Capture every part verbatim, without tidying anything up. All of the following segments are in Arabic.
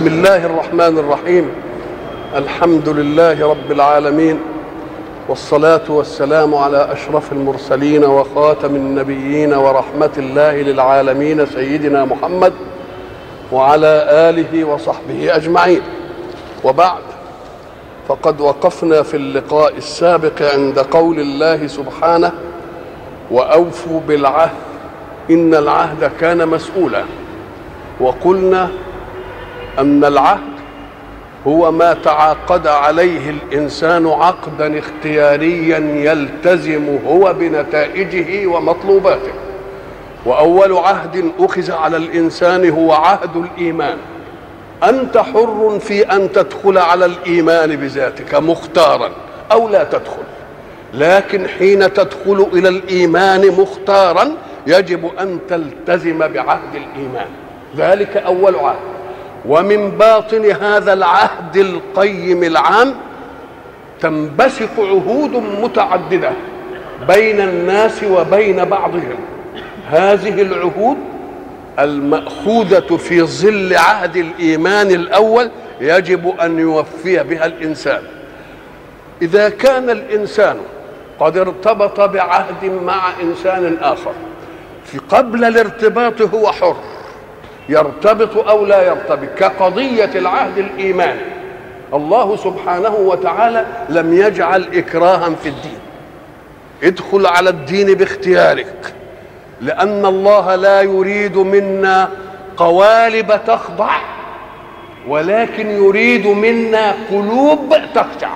بسم الله الرحمن الرحيم. الحمد لله رب العالمين، والصلاة والسلام على أشرف المرسلين وخاتم النبيين ورحمة الله للعالمين سيدنا محمد وعلى آله وصحبه أجمعين. وبعد، فقد وقفنا في اللقاء السابق عند قول الله سبحانه: وأوفوا بالعهد إن العهد كان مسؤولا. وقلنا أن العهد هو ما تعاقد عليه الإنسان عقدا اختياريا يلتزم هو بنتائجه ومطلوباته. وأول عهد أخذ على الإنسان هو عهد الإيمان. أنت حر في أن تدخل على الإيمان بذاتك مختارا أو لا تدخل، لكن حين تدخل إلى الإيمان مختارا يجب أن تلتزم بعهد الإيمان. ذلك أول عهد. ومن باطن هذا العهد القيم العام تنبثق عهود متعددة بين الناس وبين بعضهم. هذه العهود المأخوذة في ظل عهد الإيمان الأول يجب أن يوفي بها الإنسان. إذا كان الإنسان قد ارتبط بعهد مع إنسان آخر، في قبل الارتباط هو حر يرتبط أو لا يرتبط، كقضية العهد الإيماني. الله سبحانه وتعالى لم يجعل إكراها في الدين. ادخل على الدين باختيارك، لأن الله لا يريد منا قوالب تخضع، ولكن يريد منا قلوب تخشع.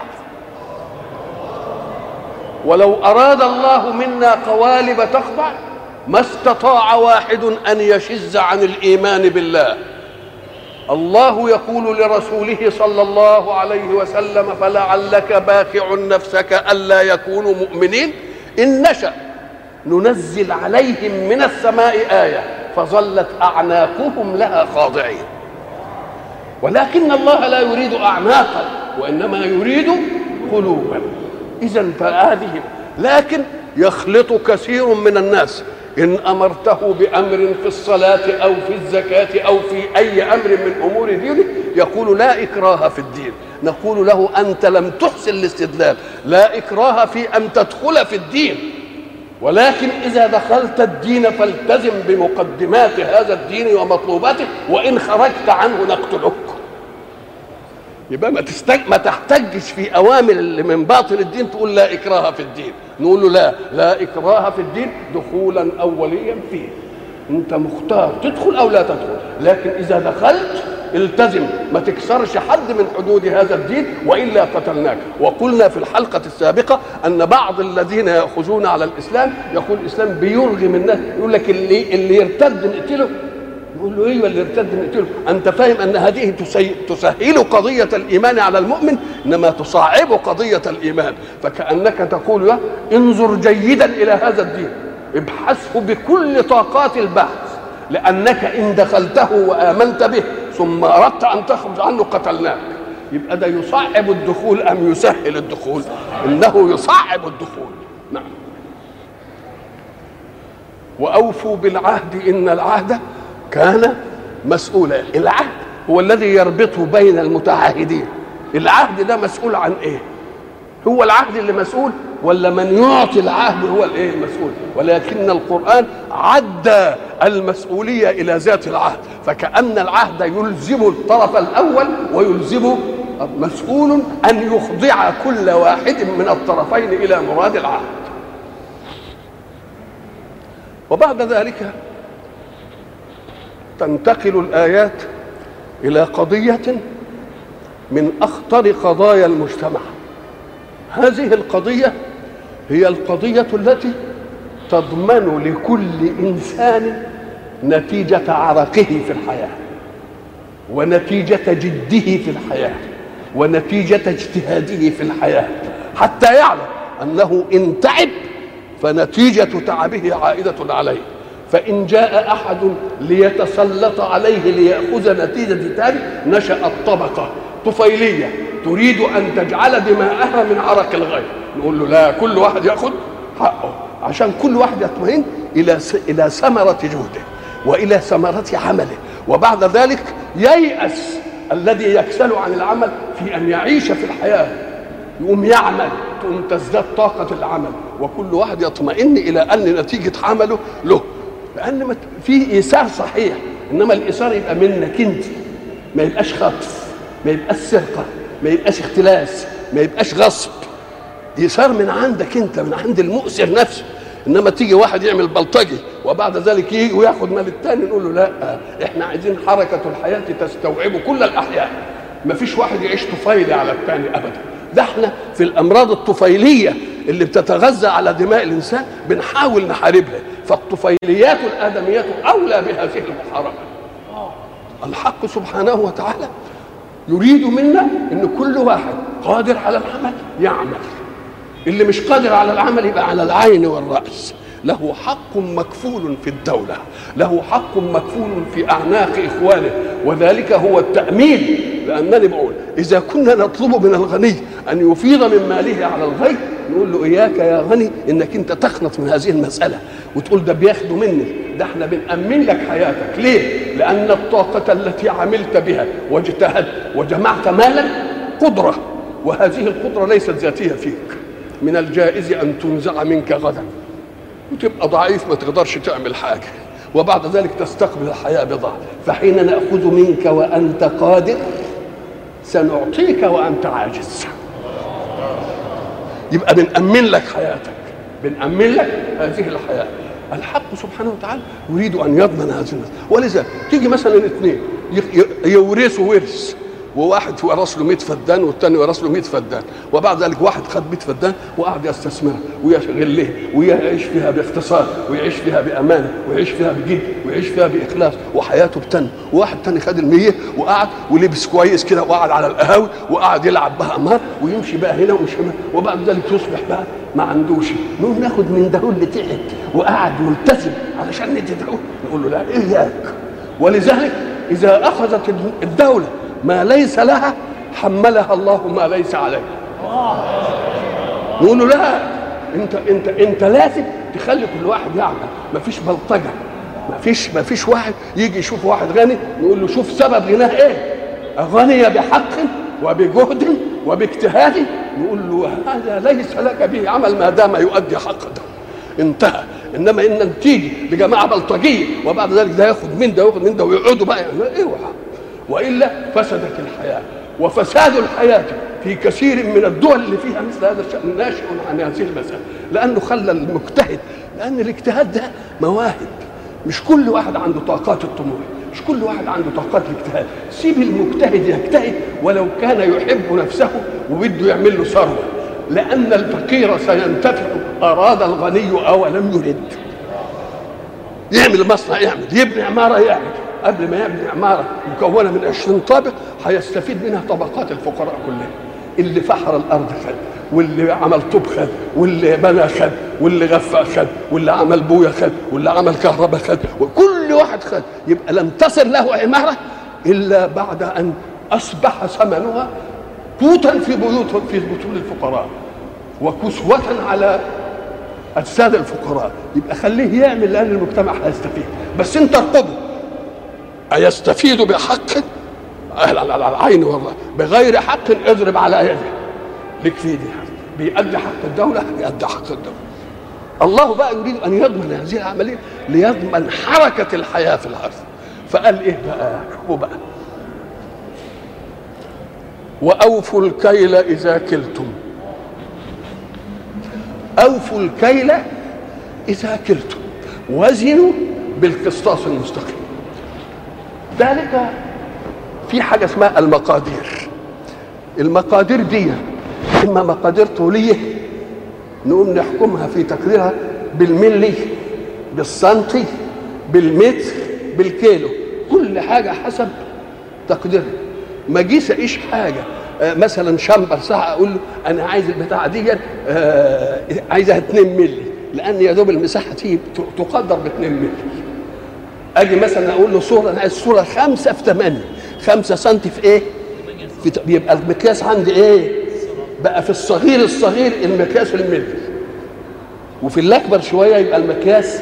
ولو أراد الله منا قوالب تخضع ما استطاع واحد أن يشز عن الإيمان بالله. الله يقول لرسوله صلى الله عليه وسلم: فلعلك باخع نفسك ألا يكونوا مؤمنين إن نشأ ننزل عليهم من السماء آية فظلت أعناقهم لها خاضعين. ولكن الله لا يريد أعناقا، وإنما يريد قلوبا. إذن فهذه، لكن يخلط كثير من الناس إن أمرته بأمر في الصلاة أو في الزكاة أو في أي أمر من أمور دينه يقول: لا إكراه في الدين. نقول له: أنت لم تحسن الاستدلال. لا إكراه في أن تدخل في الدين، ولكن إذا دخلت الدين فالتزم بمقدمات هذا الدين ومطلوباته، وإن خرجت عنه نقتلك. يبقى ما, تستج... ما تحتجش في أوامر اللي من باطن الدين تقول لا إكراه في الدين. نقول له: لا لا إكراه في الدين دخولا أوليا فيه. أنت مختار تدخل أو لا تدخل، لكن إذا دخلت التزم، ما تكسرش حد من حدود هذا الدين، وإلا قتلناك. وقلنا في الحلقة السابقة أن بعض الذين يأخذون على الإسلام يقول الإسلام بيرغم الناس، يقول لك اللي, اللي يرتد نقتله. يقول له: ايوه اللي ارتد نقتله. انت فاهم ان هذه تسهل قضيه الايمان على المؤمن، انما تصعب قضيه الايمان. فكانك تقول له: انظر جيدا الى هذا الدين، ابحثه بكل طاقات البحث، لانك ان دخلته وامنت به ثم اردت ان تخرج عنه قتلناك. يبقى ده يصعب الدخول ام يسهل الدخول؟ انه يصعب الدخول. نعم. واوفوا بالعهد ان العهد كان مسؤولا. العهد هو الذي يربط بين المتعاهدين. العهد ده مسؤول عن ايه؟ هو العهد اللي مسؤول، ولا من يعطي العهد هو الايه المسؤول؟ ولكن القرآن عدى المسؤولية إلى ذات العهد، فكأن العهد يلزم الطرف الأول ويلزم مسؤول أن يخضع كل واحد من الطرفين إلى مراد العهد. وبعد ذلك تنتقل الآيات إلى قضية من أخطر قضايا المجتمع. هذه القضية هي القضية التي تضمن لكل إنسان نتيجة عرقه في الحياة، ونتيجة جده في الحياة، ونتيجة اجتهاده في الحياة، حتى يعلم أنه إن تعب فنتيجة تعبه عائدة عليه. فإن جاء أحد ليتسلط عليه ليأخذ نتيجة تعبه نشأت طبقة طفيلية تريد أن تجعل دماءها من عرق الغير. نقول له: لا، كل واحد يأخذ حقه، عشان كل واحد يطمئن إلى إلى ثمرة جهده وإلى ثمرة عمله، وبعد ذلك ييأس الذي يكسل عن العمل في ان يعيش في الحياه، يقوم يعمل، تقوم تزداد طاقه العمل، وكل واحد يطمئن الى ان نتيجه عمله له، لان في ايثار صحيح، انما الايثار يبقى منك انت، ما يبقاش خطف، ما يبقاش سرقه، ما يبقاش اختلاس، ما يبقاش غصب، ايثار من عندك انت، من عند المؤثر نفسه. انما تيجي واحد يعمل بلطجي وبعد ذلك يجي وياخد مال الثاني، نقول له لا، احنا عايزين حركه الحياه تستوعب كل الاحياء، ما فيش واحد يعيش طفيلي على الثاني ابدا. ده احنا في الامراض الطفيليه اللي بتتغذى على دماء الانسان بنحاول نحاربها، فالطفيليات الادميات اولى بهذه المحاربه. الحق سبحانه وتعالى يريد منا ان كل واحد قادر على العمل يعمل، اللي مش قادر على العمل يبقى على العين والرأس. له حق مكفول في الدولة، له حق مكفول في أعناق إخوانه، وذلك هو التأمين. لأنني بقول إذا كنا نطلب من الغني أن يفيض من ماله على الغير، نقول له إياك يا غني إنك أنت تخلط من هذه المسألة وتقول ده بياخدوا مني، ده احنا بنأمن لك حياتك. ليه؟ لأن الطاقة التي عملت بها واجتهدت وجمعت مالا قدرة، وهذه القدرة ليست ذاتية فيك، من الجائز أن تنزع منك غدا وتبقى ضعيف ما تقدرش تعمل حاجة، وبعد ذلك تستقبل الحياة بضعف. فحين نأخذ منك وأنت قادر سنعطيك وأنت عاجز، يبقى بنأمن لك حياتك، بنأمن لك هذه الحياة. الحق سبحانه وتعالى يريد أن يضمن هذه الناس. ولذا تيجي مثلا اثنين يورثوا ورث، وواحد ورث له مئة فدان والثاني ورث له مئة فدان، وبعد ذلك واحد خد مئة فدان وقعد يستثمرها ويغلها ويعيش فيها باختصار ويعيش فيها بامانه ويعيش فيها بجد ويعيش فيها باخلاص وحياته بتن. وواحد ثاني خد المية وقعد ولبس كويس كده وقعد على القهاوي وقعد يلعب بها قمار ويمشي بقى هنا ومش هنا، وبعد ذلك يصبح بقى ما عندوش. نقول ناخد من ده اللي تعب وقعد ملتزم علشان ندي ده، نقول له لا اياك. ولذلك اذا اخذت الدوله ما ليس لها حملها الله ما ليس عليه. نقول له لا، انت انت انت لازم تخلي كل واحد يعمل، مفيش بلطجه، مفيش مفيش واحد يجي يشوف واحد غني يقول له شوف سبب غناه ايه، غني بحق وبجهد وباجتهاد، نقول له هذا ليس لك به عمل ما دام يؤدي حق ده، انتهى. انما ان تيجي لجماعه بلطجيه وبعد ذلك ده ياخد من ده وياخد من ده ويقعدوا بقى اوعى، والا فسدت الحياه. وفساد الحياه في كثير من الدول اللي فيها مثل هذا الشأن ناشئ عن هذه المسألة، لأنه خلى المجتهد، لأن الاجتهاد ده مواهب، مش كل واحد عنده طاقات الطموح، مش كل واحد عنده طاقات الاجتهاد. سيب المجتهد يجتهد ولو كان يحب نفسه وبده يعمل له ثروة، لأن الفقير سينتفع أراد الغني أو لم يرد. يعمل مصنع يعمل، يبني عمارة يعمل، قبل ما يبني عمارة مكونة من عشرين طابق هيستفيد منها طبقات الفقراء كلها. اللي فحر الأرض خد، واللي عمل طوب خد، واللي بنى خد، واللي غفى خد، واللي عمل بويا خد، واللي عمل كهرباء خد، وكل واحد خد. يبقى لم تصل له عمارة إلا بعد أن أصبح ثمنها قوتا في بيوت في بطون الفقراء وكسوة على أجساد الفقراء. يبقى خليه يعمل لأن المجتمع هيستفيد، بس أنت ارقبه أيستفيد بحق على العين والله، بغير حق اضرب على يده لك في دي، بيأدي حق الدولة بيأدي حق الدولة. الله بقى يريد أن يضمن هذه العملية ليضمن حركة الحياة في الأرض. فقال إيه بقى؟ شوفوا بقى، وأوفوا الكيل إذا كلتم. أوفوا الكيل إذا كلتم وزنوا بالقسطاس المستقيم. ذلك في حاجة اسمها المقادير. المقادير دي إما مقادير طولية نقوم نحكمها في تقديرها بالملي، بالسنتي، بالمتر، بالكيلو، كل حاجة حسب تقديرها. ما جيش أعيش حاجة آه مثلا شمبر ساعة أقول له أنا عايز البتاعة دي آه عايزها اتنين ملي، لأن يا دوب المساحة دي تقدر باتنين ملي. أجي مثلا أقول له صورة أنا عايز صورة خمسة في ثمانية، خمسة سنتي في إيه؟ في ت... بيبقى المقياس عندي إيه؟ بقى في الصغير الصغير المقياس الملي، وفي الأكبر شوية يبقى المقياس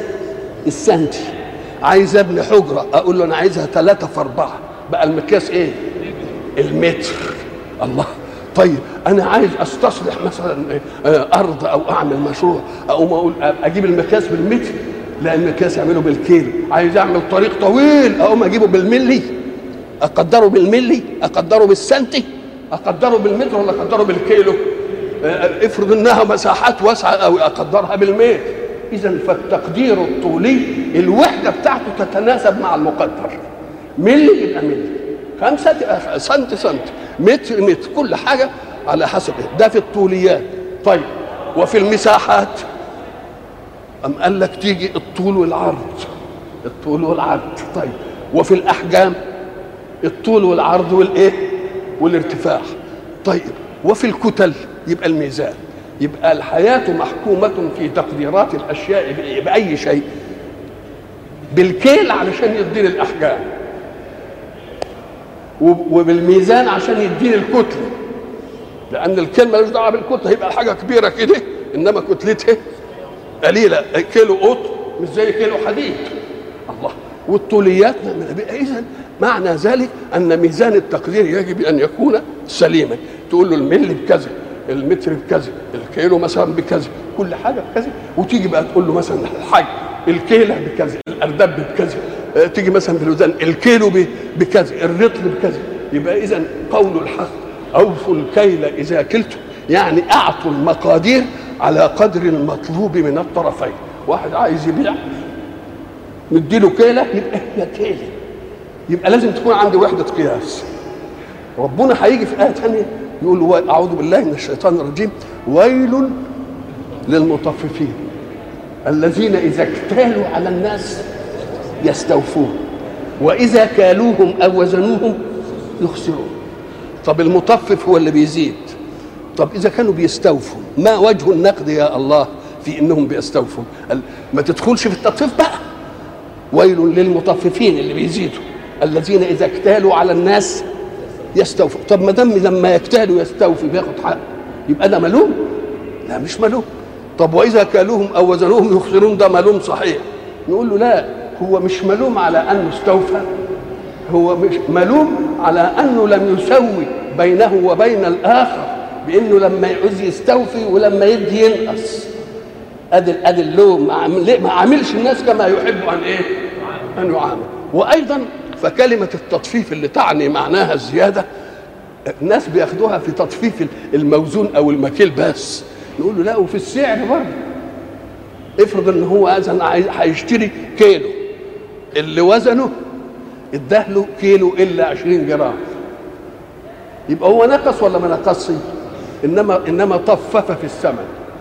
السنتي. عايز ابني حجرة أقول له أنا عايزها ثلاثة في أربعة، بقى المقياس إيه؟ المتر. الله، طيب انا عايز استصلح مثلا ارض او اعمل مشروع، اقوم اقول اجيب المقياس بالمتر؟ لا، المقياس اعمله بالكيلو. عايز اعمل طريق طويل، اقوم اجيبه بالملي، اقدره بالملي، اقدره بالسنتي، اقدره بالمتر ولا اقدره بالكيلو؟ افرض انها مساحات واسعه او اقدرها بالمتر. اذا فالتقدير الطولي الوحده بتاعته تتناسب مع المقدر. ملي يبقى ملي، خمسه تبقى سنتي سنتي، متر متر، كل حاجه على حسب ده في الطوليات. طيب وفي المساحات أم قال لك تيجي الطول والعرض، الطول والعرض. طيب وفي الأحجام الطول والعرض والإيه والارتفاع. طيب وفي الكتل يبقى الميزان. يبقى الحياة محكومة في تقديرات الأشياء بأي شيء بالكيل علشان يديني الأحجام، وبالميزان عشان يديني الكتلة، لأن الكيل مالوش دعوة بالكتلة، يبقى حاجة كبيرة كده إنما كتلتها قليله، كيلو قط مش زي كيلو حديد. الله، والطوليات. اذا معنى ذلك ان ميزان التقدير يجب ان يكون سليما. تقول له الملي بكذا، المتر بكذا، الكيلو مثلا بكذا، كل حاجه بكذا. وتيجي بقى تقول له مثلا الحي الكيله بكذا، الاردب بكذا، تيجي مثلا في الوزن الكيلو بكذا، الرطل بكذا. يبقى اذا قول الحق اوفوا الكيل اذا كلتم، يعني اعطوا المقادير على قدر المطلوب من الطرفين. واحد عايز يبيع نديله كيله، يبقى هي كيله، يبقى لازم تكون عندي وحده قياس. ربنا هيجي في ايه ثانيه يقول اعوذ بالله من الشيطان الرجيم ويل للمطففين الذين اذا اكتالوا على الناس يستوفون واذا كالوهم او وزنوهم يخسرون. طب المطفف هو اللي بيزيد، طب إذا كانوا بيستوفوا ما وجه النقد يا الله في إنهم بيستوفوا؟ ما تدخلش في التطفيف بقى. ويل للمطففين اللي بيزيدوا الذين إذا اكتالوا على الناس يستوفوا. طب ما دام لما يكتالوا يستوفي بياخد حق، يبقى ده ملوم؟ لا مش ملوم. طب وإذا كالوهم أو وزنوهم يخسرون، ده ملوم صحيح. نقول له لا، هو مش ملوم على أنه استوفى، هو مش ملوم على أنه لم يسوي بينه وبين الآخر، بانه لما يعوز يستوفي ولما يدي ينقص. ادي ادي اللوم، ما عاملش الناس كما يحب ان ايه ان يعامل. وايضا فكلمه التطفيف اللي تعني معناها الزياده، الناس بياخدوها في تطفيف الموزون او المكيل بس. نقول له لا، وفي السعر برضه. افرض ان هو مثلا هيشتري كيلو، اللي وزنه اداله كيلو الا عشرين جرام، يبقى هو نقص ولا ما نقصش؟ انما انما طفف في الثمن،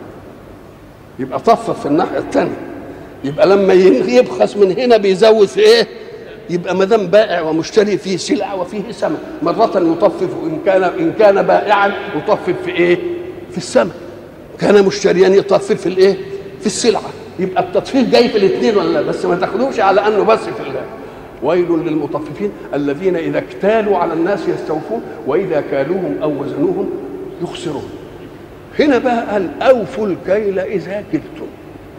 يبقى طفف في الناحيه الثانيه. يبقى لما يبخس من هنا بيزود في ايه؟ يبقى ما دام بائع ومشتري فيه سلعه وفيه ثمن، مره يطفف ان كان ان كان بائعا يطفف في ايه؟ في الثمن. كان مشتريا يطفف في الايه؟ في السلعه. يبقى التطفيف جاي في الاثنين ولا بس ما تاخدوش على انه بس في الله. ويل للمطففين الذين اذا اكتالوا على الناس يستوفون واذا كالوهم او وزنوهم يخسرون. هنا بقى قال اوفوا الكيل اذا كلتم.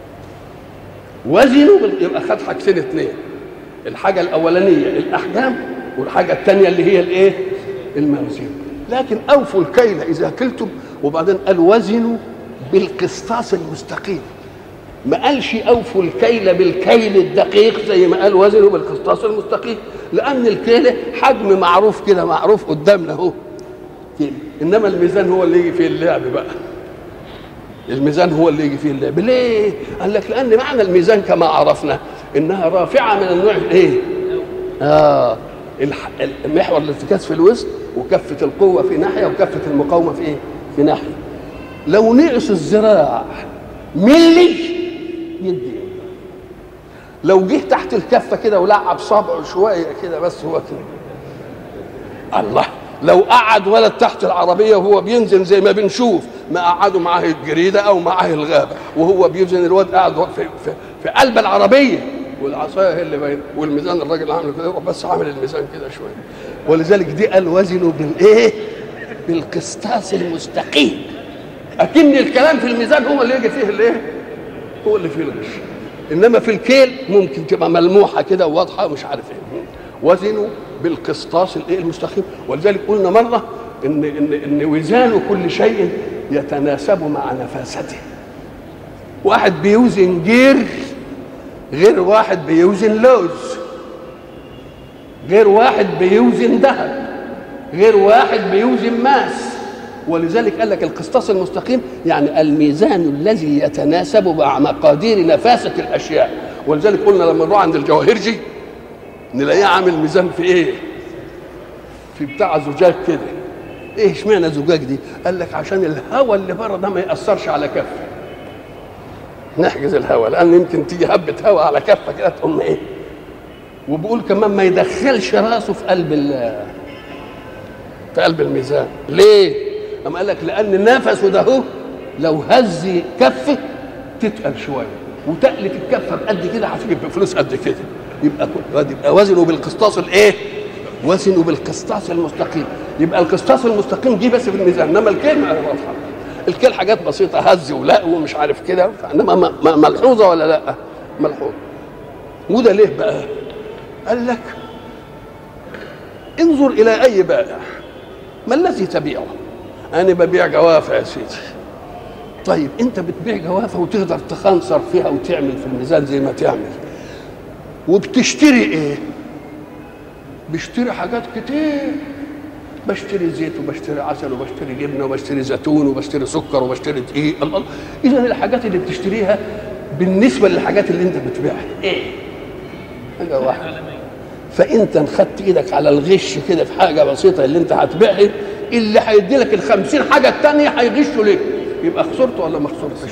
وزنوا يبقى خد حاجتين اثنين، الحاجه الاولانيه الاحجام والحاجه الثانيه اللي هي الايه؟ الموازين. لكن اوفوا الكيل اذا كلتم، وبعدين قال وزنوا بالقسطاس المستقيم. ما قالش اوفوا الكيل بالكيل الدقيق زي ما قال وزنوا بالقسطاس المستقيم، لان الكيل حجم معروف كده، معروف قدامنا اهو. انما الميزان هو اللي يجي فيه اللعب بقى. الميزان هو اللي يجي فيه اللعب. ليه؟ قال لك لان معنى الميزان كما عرفنا انها رافعه من النوع الايه؟ اه المحور الارتكاز في الوسط، وكفه القوه في ناحيه وكفه المقاومه في ايه؟ في ناحيه. لو نقص الذراع ملي يدي، لو جه تحت الكفه كده ولعب صابعه شويه كده بس هو كده. الله، لو قعد ولد تحت العربيه وهو بينزل زي ما بنشوف، ما قعدوا معاه الجريده او معاه الغابه وهو بينزل، الواد قاعد في, في, في قلب العربيه والعصايه هي اللي باينه والميزان الراجل عامل كده، بس عامل الميزان كده شويه. ولذلك دي قال وزنوا بالايه؟ بالقسطاس المستقيم. اكن الكلام في الميزان هو اللي يجي فيه الايه؟ هو اللي فيه الغش. انما في الكيل ممكن تبقى ملموحه كده وواضحه ومش عارف ايه. وزنوا بالقسطاس الايه المستقيم. ولذلك قلنا مره ان ان ان وزان كل شيء يتناسب مع نفاسته. واحد بيوزن جير غير واحد بيوزن لوز، غير واحد بيوزن ذهب، غير واحد بيوزن ماس. ولذلك قال لك القسطاس المستقيم يعني الميزان الذي يتناسب مع مقادير نفاسة الأشياء. ولذلك قلنا لما نروح عند الجواهرجي نلاقيه عامل ميزان في ايه؟ في بتاع زجاج كده. ايه اشمعنى زجاج دي؟ قال لك عشان الهواء اللي بره ده ما يأثرش على كفه. نحجز الهواء لان يمكن تيجي هبه هواء على كفه كده تقوم ايه؟ وبقول كمان ما يدخلش راسه في قلب في قلب الميزان. ليه؟ أم قال لك لأن نفسه ده هو لو هز كفه تتقل شوية، وتقلت الكفة بقد كده هتجيب بفلوس قد كده. يبقى يبقى وزنه بالقسطاس الايه؟ وزنه بالقسطاس المستقيم. يبقى القسطاس المستقيم دي بس في الميزان، انما الكلمة واضحة. الكل حاجات بسيطة هز ولا ومش عارف كده، انما ملحوظة ولا لا؟ ملحوظة. وده ليه بقى؟ قال لك انظر إلى أي بائع، ما الذي تبيعه؟ أنا ببيع جوافة يا سيدي. طيب أنت بتبيع جوافة وتقدر تخنصر فيها وتعمل في الميزان زي ما تعمل، وبتشتري إيه؟ بشتري حاجات كتير، بشتري زيت وبشتري عسل وبشتري جبنة وبشتري زيتون وبشتري سكر وبشتري دقيق. الله، إذا الحاجات اللي بتشتريها بالنسبة للحاجات اللي أنت بتبيعها إيه؟ حاجة واحدة. فأنت انخدت إيدك على الغش كده في حاجة بسيطة اللي أنت هتبيعها، اللي هيدي لك الخمسين حاجة التانية هيغشوا لك، يبقى خسرت ولا ما خسرتش؟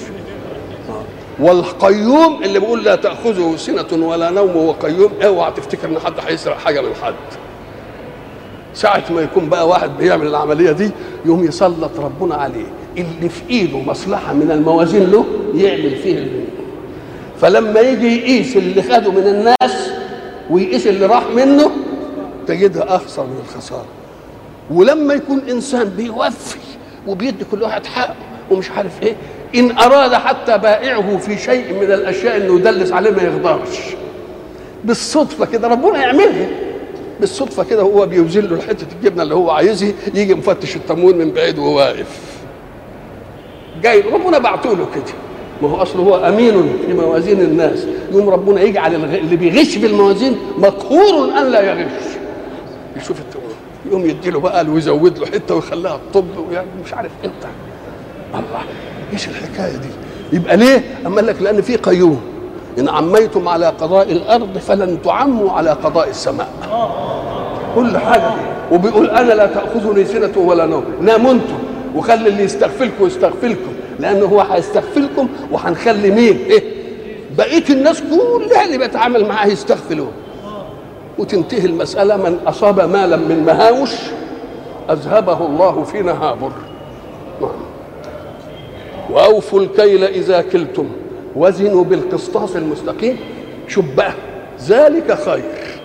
والقيوم اللي بيقول لا تأخذه سنة ولا نوم وهو قيوم، اوعى تفتكر ان حد هيسرق حاجة من حد. ساعة ما يكون بقى واحد بيعمل العملية دي يوم يسلط ربنا عليه اللي في ايده مصلحة من الموازين له يعمل فيه البنين. فلما يجي يقيس اللي خده من الناس ويقيس اللي راح منه تجدها أخسر من الخسارة. ولما يكون إنسان بيوفي وبيدي كل واحد حقه ومش عارف إيه، إن أراد حتى بائعه في شيء من الأشياء إنه يدلس عليه ما يقدرش، بالصدفة كده ربنا يعملها بالصدفة كده، هو بيوزن له حتة الجبنة اللي هو عايزها، يجي مفتش التموين من بعيد وهو واقف جاي، ربنا بعته له كده. ما هو أصله هو أمين في موازين الناس، يوم ربنا يجعل اللي بيغش في الموازين مقهور أن لا يغش. يشوف التموين يقوم يديله بقى ويزود له حته ويخليها الطب ويعني مش عارف امتى. الله، ايش الحكايه دي؟ يبقى ليه؟ اما قال لك لان في قيوم، ان عميتم على قضاء الارض فلن تعموا على قضاء السماء. كل حاجه دي. وبيقول انا لا تاخذني سنه ولا نوم، ناموا انتم وخلي اللي يستغفلكم يستغفلكم، لانه هو هيستغفلكم وهنخلي مين؟ ايه؟ بقيه الناس كلها اللي بيتعامل معاه يستغفلوه، وتنتهي المسألة. من أصاب مالا من مهاوش أذهبه الله في نهابر. وأوفوا الكيل إذا كلتم وزنوا بالقسطاس المستقيم. شوف بقى، ذلك خير.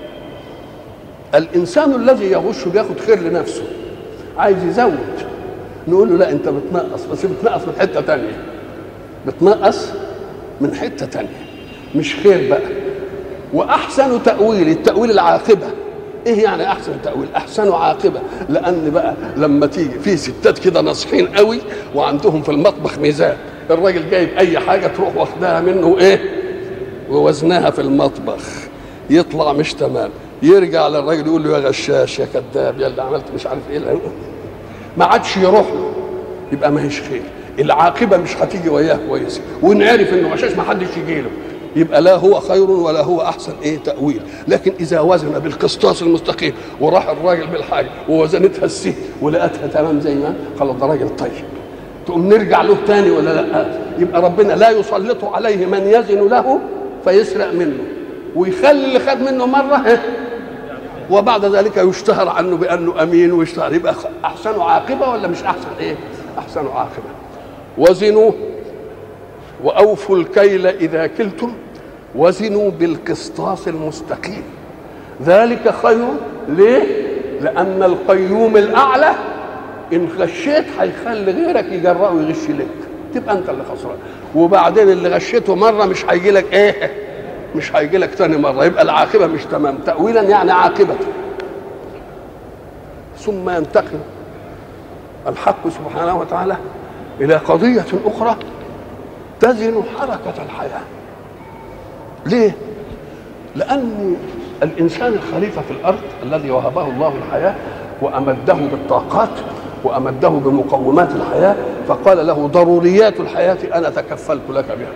الإنسان الذي يغش بياخد خير لنفسه، عايز يزود، نقول له لا أنت بتنقص، بس بتنقص من حتة تانية، بتنقص من حتة تانية مش خير بقى. واحسن تاويل، التاويل العاقبه. ايه يعني احسن تاويل؟ احسن عاقبه، لان بقى لما تيجي في ستات كده ناصحين قوي وعندهم في المطبخ ميزان، الراجل جايب اي حاجه تروح واخداها منه ايه ووزنها في المطبخ، يطلع مش تمام، يرجع للراجل يقول له يا غشاش يا كذاب يا اللي عملت مش عارف ايه، ما عادش يروح له، يبقى ما هيش خير. العاقبه مش هتيجي وياه كويسه، ونعرف انه غشاش ما حدش يجي له، يبقى لا هو خير ولا هو احسن ايه تاويل. لكن اذا وزن بالقسطاس المستقيم وراح الراجل بالحاجه ووزنتها الست ولقتها تمام زي ما خلاص ده راجل طيب، تقوم نرجع له تاني ولا لا؟ يبقى ربنا لا يسلط عليه من يزن له فيسرق منه ويخلي اللي خد منه مره وبعد ذلك يشتهر عنه بانه امين ويشتهر. يبقى احسن عاقبه ولا مش احسن ايه؟ احسن عاقبه. وزنوا وأوفوا الكيل إذا كلتم وزنوا بالقسطاس المستقيم ذلك خير. ليه؟ لأن القيوم الأعلى إن غشيت هيخلي غيرك يجرأ ويغش لك، تبقى أنت اللي خسران. وبعدين اللي غشيته مرة مش هيجي لك إيه؟ مش هيجي لك تاني مرة، يبقى العاقبة مش تمام. تأويلا يعني عاقبة، ثم ينتقل الحق سبحانه وتعالى إلى قضية أخرى تزن حركة الحياة. ليه؟ لأن الإنسان الخليفة في الأرض الذي وهبه الله الحياة وأمده بالطاقات وأمده بمقومات الحياة، فقال له ضروريات الحياة أنا تكفلت لك بها.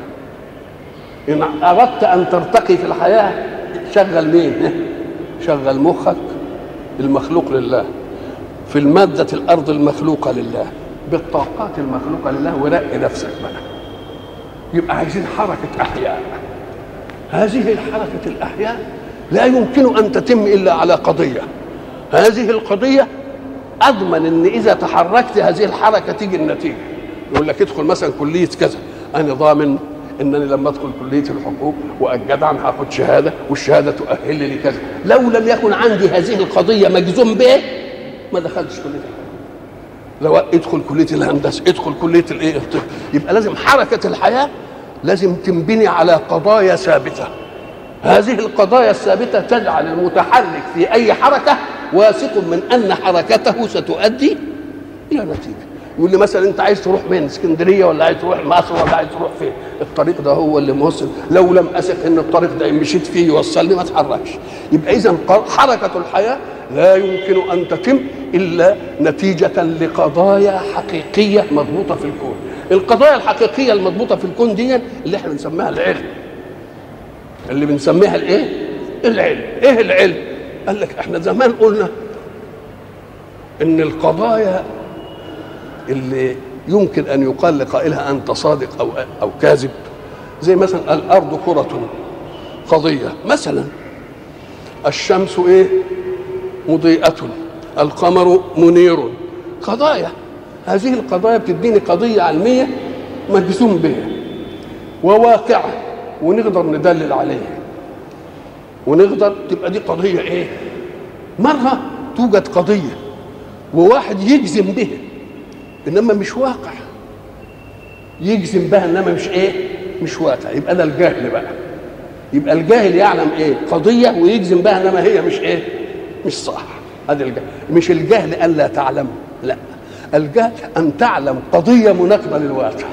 إن أردت أن ترتقي في الحياة شغل مين؟ شغل مخك المخلوق لله، في المادة الأرض المخلوقة لله، بالطاقات المخلوقة لله، ورق نفسك بقى. يبقى عايزين حركة أحياء. هذه الحركة الأحياء لا يمكن أن تتم إلا على قضية. هذه القضية أضمن أن إذا تحركت هذه الحركة تيجي النتيجة. يقول لك ادخل مثلا كلية كذا، أنا ضامن انني لما ادخل كليه الحقوق والجدع هاخد شهاده والشهاده تؤهل لي كذا. لو لم يكن عندي هذه القضيه مجزوم به ما دخلتش كليه الحقوق. لو ادخل كليه الهندسه، ادخل كليه الايه الطب. يبقى لازم حركه الحياه لازم تنبني على قضايا ثابته. هذه القضايا الثابته تجعل المتحرك في اي حركه واثق من ان حركته ستؤدي الى نتيجه. يقول لي مثلا انت عايز تروح فين؟ اسكندريه ولا عايز تروح مصر ولا عايز تروح فين؟ الطريق ده هو اللي موصل، لو لم اثق ان الطريق ده مشيت فيه يوصلني ما اتحركش. يبقى اذا حركه الحياه لا يمكن ان تتم الا نتيجه لقضايا حقيقيه مضبوطه في الكون. القضايا الحقيقيه المضبوطه في الكون دي اللي احنا بنسميها العلم. اللي بنسميها الايه؟ العلم. ايه العلم؟ قال لك احنا زمان قلنا ان القضايا اللي يمكن ان يقال لقائلها انت صادق او او كاذب، زي مثلا الارض كرة قضية، مثلا الشمس ايه؟ مضيئة، القمر منير، قضايا. هذه القضايا بتديني قضية علمية مجزوم بها وواقعة ونقدر ندلل عليها ونقدر تبقى دي قضية ايه؟ مرة توجد قضية وواحد يجزم بها انما مش واقع، يجزم بها انما مش ايه؟ مش واقع. يبقى ده الجاهل بقى. يبقى الجاهل يعلم ايه؟ قضيه ويجزم بها انما هي مش ايه؟ مش صح. هذا الجهل. مش الجهل ان لا تعلم، لا، الجهل ان تعلم قضيه مناقضه للواقع.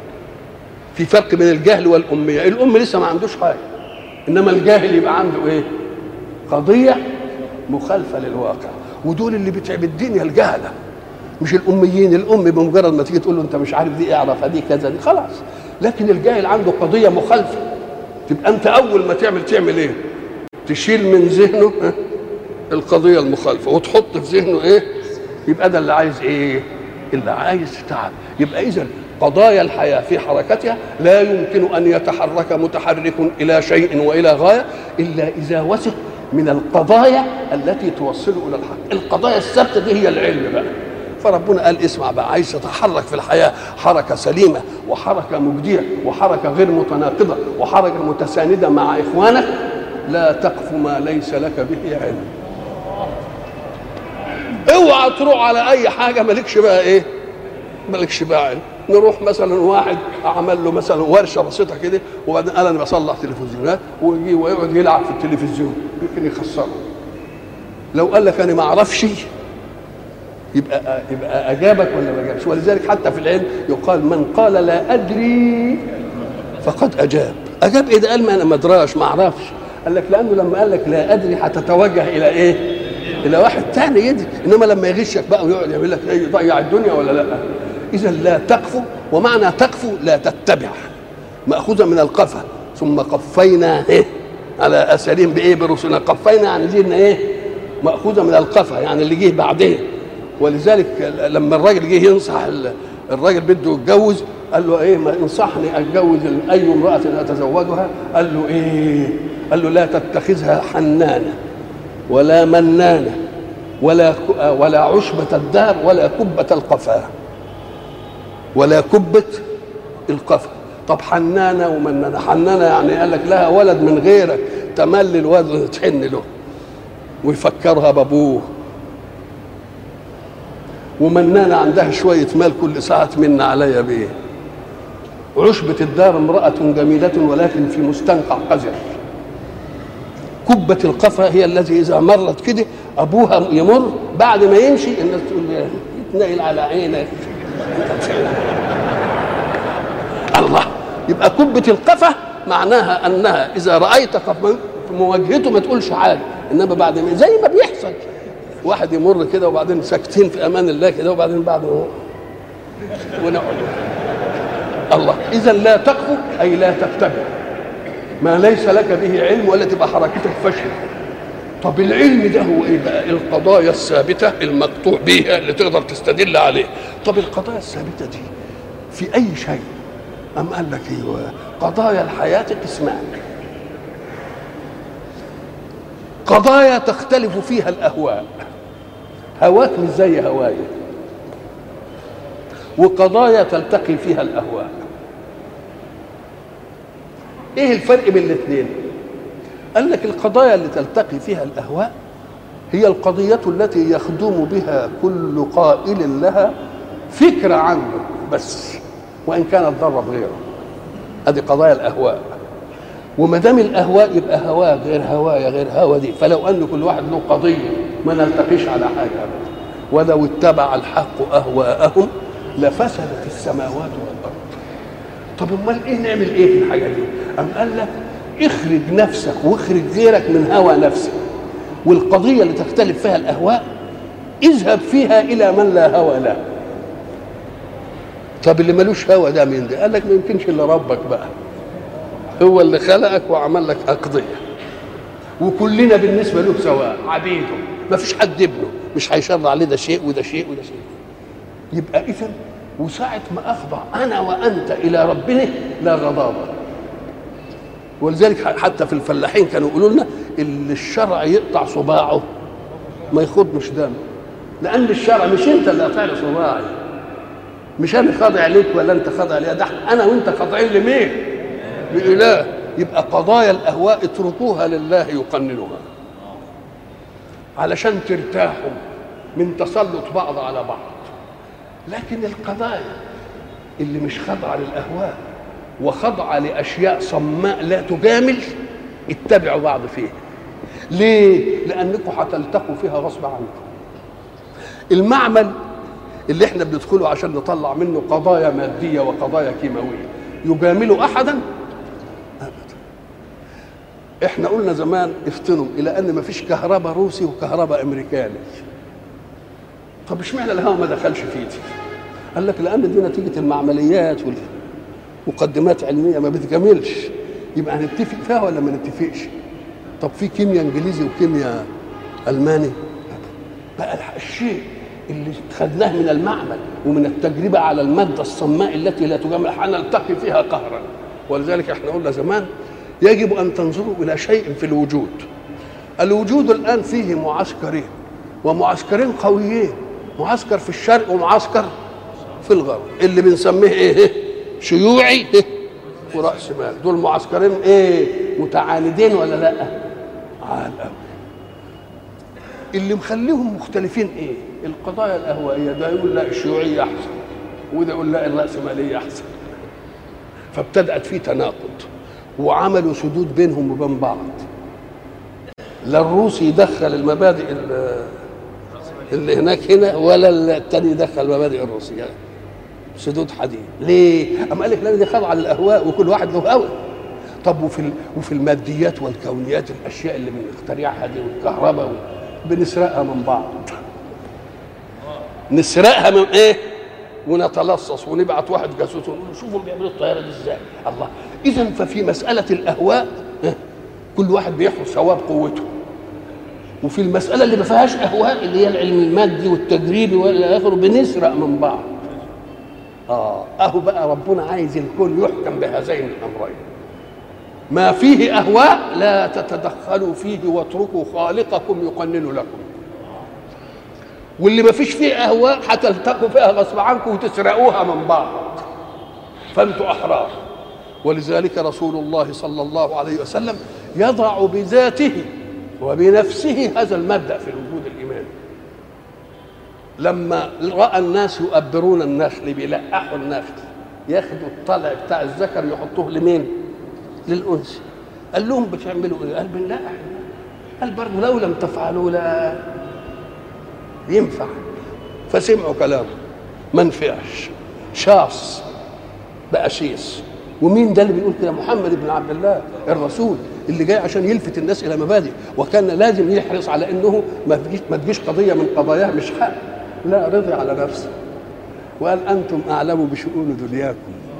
في فرق بين الجهل والاميه. الام لسه ما عندوش حاجه، انما الجاهل يبقى عنده ايه؟ قضيه مخالفه للواقع. ودول اللي بتعب الدنيا الجهله، مش الاميين. الام بمجرد ما تيجي تقول له انت مش عارف دي اعرف دي كذا دي خلاص. لكن الجاهل عنده قضيه مخالفه. تبقى انت اول ما تعمل تعمل ايه؟ تشيل من ذهنه القضيه المخالفه وتحط في ذهنه ايه؟ يبقى ده اللي عايز ايه؟ اللي عايز تعب. يبقى اذا قضايا الحياه في حركتها لا يمكن ان يتحرك متحرك الى شيء والى غايه الا اذا وثق من القضايا التي توصله الى الحق. القضايا الثابته دي هي العلم بقى. فربنا قال اسمع بقى، عايز تتحرك في الحياه حركه سليمه وحركه مجديه وحركه غير متناقضه وحركه متسانده مع اخوانك، لا تقف ما ليس لك به علم. اوعى تروح على اي حاجه مالكش بقى ايه؟ مالكش بقى علم. نروح مثلا واحد عمل له مثلا ورشه بسيطه كده وبعدين قال انا بصلح تلفزيونات ويجي ويقعد يلعب في التلفزيون يمكن يخسره. لو قال لك انا ما اعرفش يبقى يبقى اجابك ولا ما اجابش. ولذلك حتى في العلم يقال من قال لا ادري فقد اجاب. اجاب ايه ده؟ قال ما انا ما ادراش ما اعرفش. قال لك لانه لما قال لك لا ادري هتتوجه الى ايه؟ الى واحد ثاني يدري. انما لما يغشك بقى ويقعد يعمل لك ايه؟ يضيع الدنيا ولا لا؟ اذا لا تقفو، ومعنى تقفو لا تتبع، ماخوذه من القفا. ثم قفينا ايه؟ على اثرهم بايه؟ برسلنا. قفينا يعني جينا ايه؟ ماخوذه من القفا يعني اللي جه بعدين. ولذلك لما الراجل جه ينصح الراجل بده يتجوز قال له ايه؟ ما انصحني اتجوز اي امراه اتزوجها. قال له ايه؟ قال له لا تتخذها حنانه ولا منانه ولا ولا عشبه الدار ولا كبه القفا ولا كبه القفا. طب حنانه ومنانه، حنانه يعني قال لك لها ولد من غيرك تملي الولد تحن له ويفكرها بابوه، ومنانة عندها شوية مال كل ساعة من عليا بيه. عشبة الدار امرأة جميلة ولكن في مستنقع قذر. كبة القفا هي التي إذا مرت كده ابوها يمر بعد ما يمشي الناس تقول له يتنقل على عينك. الله. يبقى كبة القفا معناها انها اذا رايت في مواجهته ما تقولش حاجه، انما بعد ما زي ما بيحصل واحد يمر كده وبعدين ساكتين في امان الله كده وبعدين بعد ما ونقعد. الله. اذا لا تقف اي لا تتبع ما ليس لك به علم ولا تبقى حركتك فشل. طب العلم ده هو ايه بقى؟ القضايا الثابته المقطوع بيها اللي تقدر تستدل عليه. طب القضايا الثابته دي في اي شيء؟ أم قال لك ايوه قضايا الحياه قسمان، قضايا تختلف فيها الاهواء، هواك مش زي هواي، وقضايا تلتقي فيها الاهواء. ايه الفرق بين الاثنين؟ قال لك القضايا اللي تلتقي فيها الاهواء هي القضيه التي يخدم بها كل قائل لها فكره عنه بس وان كانت ضر بغيره. هذه قضايا الاهواء. وما دام الاهواء يبقى هواه غير هوايا غير هوا دي، فلو ان كل واحد له قضيه ما نلتقيش على حاجه ابدا. ولو اتبع الحق اهواءهم لفسدت السماوات والارض. طب امال ايه نعمل ايه في الحاجه دي؟ ام قال لك اخرج نفسك واخرج غيرك من هوى نفسك، والقضيه اللي تختلف فيها الاهواء اذهب فيها الى من لا هوى له. طب اللي ملوش هوى ده مين ده؟ قال لك ما يمكنش الا ربك بقى، هو اللي خلقك وعمل لك اقضيه، وكلنا بالنسبه له سواء عبيده، ما فيش حد ابنه، مش هيشرع عليه ده شيء وده شيء وده شيء. يبقى اذا وساعه ما اخضع انا وانت الى ربنا لا غضاضه. ولذلك حتى في الفلاحين كانوا يقولوا لنا اللي الشرع يقطع صباعه ما يخضمش دم، لان الشرع مش انت اللي قاطع لي صباعي، مش انا خاضع ليك ولا انت خاضع لي، ده انا وانت خاضعين لمين؟ لإله. يبقى قضايا الاهواء اتركوها لله يقننها علشان ترتاحوا من تسلط بعض على بعض. لكن القضايا اللي مش خاضعه للاهواء وخضع لاشياء صماء لا تجامل اتبعوا بعض فيها. ليه؟ لانكم هتلتقوا فيها غصب عنكم. المعمل اللي احنا بندخله عشان نطلع منه قضايا ماديه وقضايا كيماويه يجامل احدا ابدا. احنا قلنا زمان افتنوا الى ان ما فيش كهرباء روسي وكهرباء امريكاني. طب اشمعنى الهواء ما دخلش فيه دي؟ قال لك لان دي نتيجه المعمليات والمقدمات علميه ما بتجاملش، يبقى هنتفق فيها ولا ما نتفقش؟ طب في كيمياء انجليزي وكيمياء الماني. بقى الشيء اللي خدناه من المعمل ومن التجربه على الماده الصماء التي لا تجامل هنلتقي فيها قهرا. ولذلك احنا قلنا زمان يجب ان تنظروا الى شيء في الوجود. الوجود الان فيه معسكرين ومعسكرين قويين، معسكر في الشرق ومعسكر في الغرب، اللي بنسميه ايه؟ شيوعي وراس مال. دول معسكرين ايه؟ متعاندين ولا لا؟ عال قوي. اللي مخليهم مختلفين ايه؟ القضايا الاهوائيه، ده يقول لا الشيوعيه احسن وده يقول لا الراسماليه احسن. فابتدات في تناقض وعملوا سدود بينهم وبين بعض. لا الروسي يدخل المبادئ اللي هناك هنا ولا الثاني يدخل المبادئ الروسيه، سدود حديد. ليه؟ أم قال لك لا دي خاضعه للاهواء وكل واحد له هوى. طب وفي وفي الماديات والكونيات الاشياء اللي بنخترعها دي والكهرباء بنسرقها من بعض. نسرقها من ايه؟ ونتلصص ونبعت واحد جاسوس ونقول شوفوا بيعملوا الطياره دي ازاي. الله. اذا ففي مساله الاهواء كل واحد بيحرس ثواب قوته، وفي المساله اللي ما فيهاش اهواء اللي هي العلم المادي والتجريبي والى اخره بنسرق من بعض. اه اهو بقى ربنا عايز الكل يحكم بهذين الامرين. ما فيه اهواء لا تتدخلوا فيه واتركوا خالقكم يقنن لكم، واللي ما فيش فيه اهواء هتلتقوا فيها غصب عنكم وتسرقوها من بعض، فانتوا احرار. ولذلك رسول الله صلى الله عليه وسلم يضع بذاته وبنفسه هذا المبدأ في الوجود الإيماني. لما رأى الناس يؤبرون النخل بيلقحوا النخل، ياخدوا الطلع بتاع الذكر يحطوه لمين؟ للأنثى. قال لهم بتعملوا ايه؟ قال بنلقح. قال برضه لو لم تفعلوا لا ينفع. فسمعوا كلامه ما نفعش، شاص بقى شيص. ومين ده اللي بيقول كده؟ محمد بن عبد الله الرسول اللي جاي عشان يلفت الناس الى مبادئ، وكان لازم يحرص على انه ما تجيش ما تجيش قضيه من قضاياه مش حق، لا رضي على نفسه وقال انتم اعلموا بشؤون دنياكم.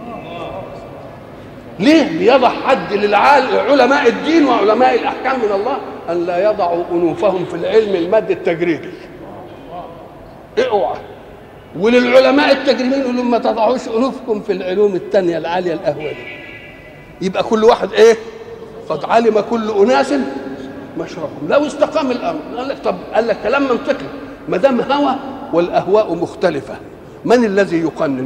ليه بيضع حد للعلماء الدين وعلماء الاحكام من الله ان لا يضعوا انوفهم في العلم المادي التجريبي؟ اوعى. وللعلماء التجريبيين يقولوا ما تضعوش انوفكم في العلوم الثانيه العاليه الاهوى دي. يبقى كل واحد ايه؟ قد علم كل اناس مشربهم. لو استقام الامر قال لك طب قال لك كلام منطقي، ما دام هوى والاهواء مختلفه من الذي يقنن؟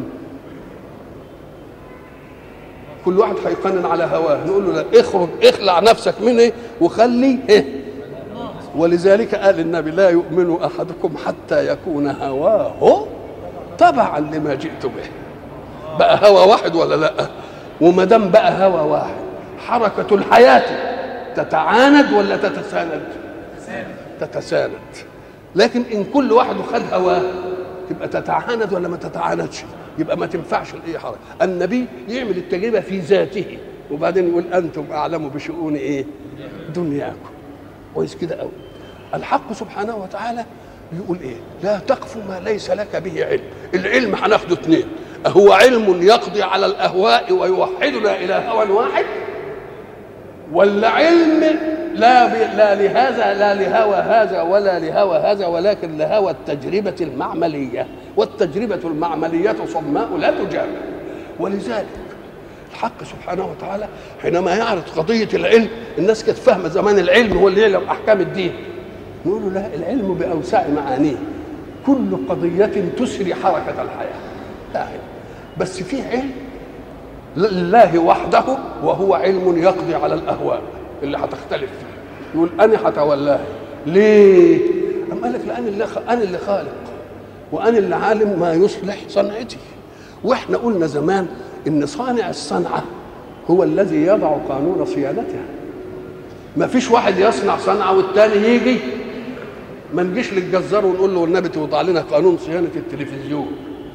كل واحد هيقنن على هواه. نقول له لا، اخرج اخلع نفسك منه وخلي ايه. ولذلك قال النبي لا يؤمن احدكم حتى يكون هواه تبعا لما جئت به. بقى هوى واحد ولا لا؟ وما دام بقى هوى واحد حركه الحياه تتعاند ولا تتساند؟ تتساند. لكن ان كل واحد خد هواه تبقى تتعاند ولا ما تتعاندش؟ يبقى ما تنفعش الايه حركه. النبي يعمل التجربه في ذاته وبعدين يقول انتم اعلموا بشؤون ايه؟ دنياكم. كويس كده قوي. الحق سبحانه وتعالى يقول ايه؟ لا تقف ما ليس لك به علم. العلم هناخده اثنين، هو علم يقضي على الاهواء ويوحدنا الى هوى واحد، ولا علم لا لا لهذا لا لهوى هذا ولا لهوى هذا ولكن لهوى التجربه المعمليه، والتجربه المعمليه صماء لا تجامل. ولذلك الحق سبحانه وتعالى حينما يعرض قضيه العلم، الناس كانت فاهمه زمان العلم هو اللي يعلم احكام الدين. نقول له لا، العلم باوسع معانيه، كل قضيه تسري حركه الحياه. لا علم. بس فيه علم لله وحده وهو علم يقضي على الاهواء اللي هتختلف فيه. يقول انا هتولاه. ليه؟ أم قال لك لان اللي خ... انا اللي خالق وانا اللي عالم ما يصلح صنعتي. واحنا قلنا زمان ان صانع الصنعه هو الذي يضع قانون صيانتها. ما فيش واحد يصنع صنعه والتاني يجي. ما نجيش للجزار ونقول له والنبي توضع لنا قانون صيانه التلفزيون.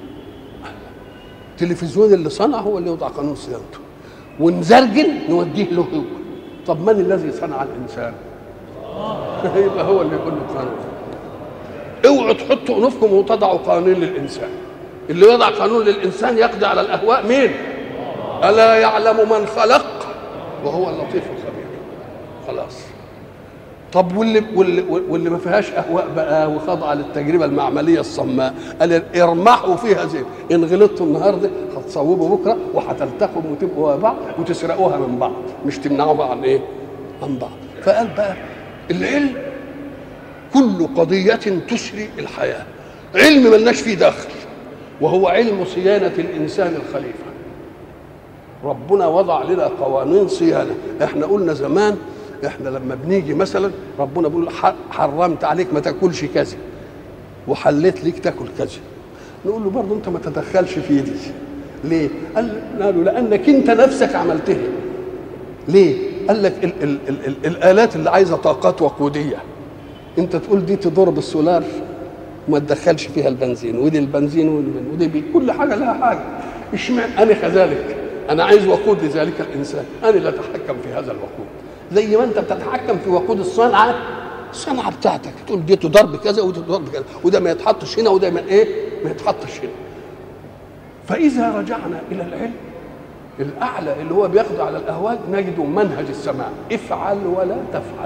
التلفزيون اللي صنعه هو اللي يوضع قانون صيانته، ونزرجن نوديه له هو. طب من الذي صنع الانسان؟ يبقى هو اللي يقول له قانون. اوعوا تحطوا انوفكم وتضعوا قانون للانسان. اللي يضع قانون للانسان يقضي على الاهواء مين؟ الا يعلم من خلق وهو اللطيف الخبير. خلاص. طب واللي واللي, واللي ما فيهاش اهواء بقى وخاضعه للتجربه المعمليه الصماء، قال ارمحوا فيها زين. ان غلطتوا النهارده هتصوبوا بكره وهتلتقوا وتبقوا بعض وتسرقوها من بعض، مش تمنعوها عن ايه؟ عن بعض. فقال بقى العلم كل قضيه تسري الحياه، علم ملناش فيه دخل، وهو علم صيانه الانسان الخليفه. ربنا وضع لنا قوانين صيانه. احنا قلنا زمان احنا لما بنيجي مثلا ربنا بيقول حرمت عليك ما تاكلش كذا وحليت ليك تاكل كذا، نقول له برضه انت ما تدخلش في دي. ليه؟ قال له لانك انت نفسك عملتها. ليه؟ قال لك ال ال ال ال الالات اللي عايزه طاقات وقوديه، انت تقول دي تضر بالسولار وما تدخلش فيها البنزين، ودي البنزين ودي بي. كل حاجه لها حاجه. اشمعنى انا كذلك؟ انا عايز وقود لذلك الانسان، انا اللي اتحكم في هذا الوقود. زي ما انت بتتحكم في وقود الصنعه الصنعه بتاعتك، تقول دي تضر بكذا ودي تضر بكذا، وده ما يتحطش هنا وده ما ايه؟ ما يتحطش هنا. فاذا رجعنا الى العلم الاعلى اللي هو بيخضع على الاهواء، نجد منهج السماء: افعل ولا تفعل،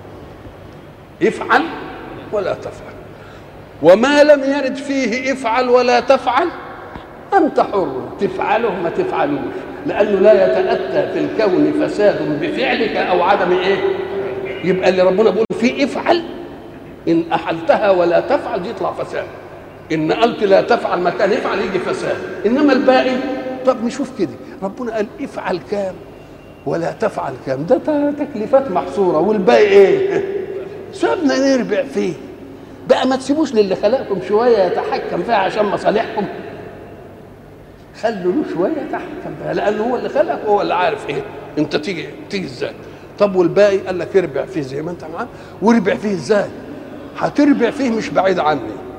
افعل ولا تفعل. وما لم يرد فيه افعل ولا تفعل انت حر، تفعله ما تفعلوش، لانه لا يتاتى في الكون فساد بفعلك او عدم ايه. يبقى اللي ربنا بيقول فيه افعل، ان احلتها ولا تفعل دي يطلع فساد، ان قلت لا تفعل مكان افعل يجي فساد. انما الباقي طب نشوف كده، ربنا قال افعل كام ولا تفعل كام، ده تكليفات محصوره، والباقي ايه؟ سابنا نربع فيه بقى. ما تسيبوش للي خلقكم شويه يتحكم فيها عشان مصالحكم، خلوا له شويه يتحكم فيها، لانه هو اللي خلقك وهو اللي عارف ايه انت تيجي تيجي ازاي. طب والباقي قال لك اربع فيه زي ما انت معاه، واربع فيه ازاي؟ هتربع فيه مش بعيد عني،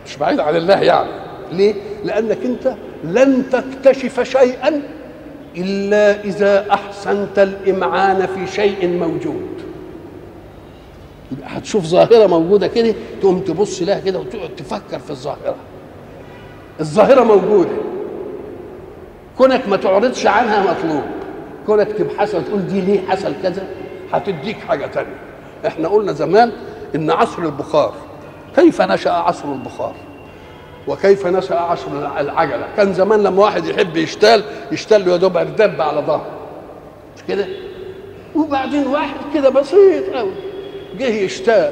مش بعيد عن الله يعني. ليه؟ لأنك أنت لن تكتشف شيئا إلا إذا أحسنت الإمعان في شيء موجود. هتشوف ظاهرة موجودة كده تقوم تبص لها كده وتقعد تفكر في الظاهرة. الظاهرة موجودة، كونك ما تعرضش عنها مطلوب، كونك تبحثها وتقول دي ليه حصل كذا هتديك حاجة تانية. احنا قلنا زمان إن عصر البخار، كيف نشأ عصر البخار وكيف نشأ عصر العجلة. كان زمان لما واحد يحب يشتال يشتال له يا دوب دب على ظهره مش كده، وبعدين واحد كده بسيط قوي جه يشتال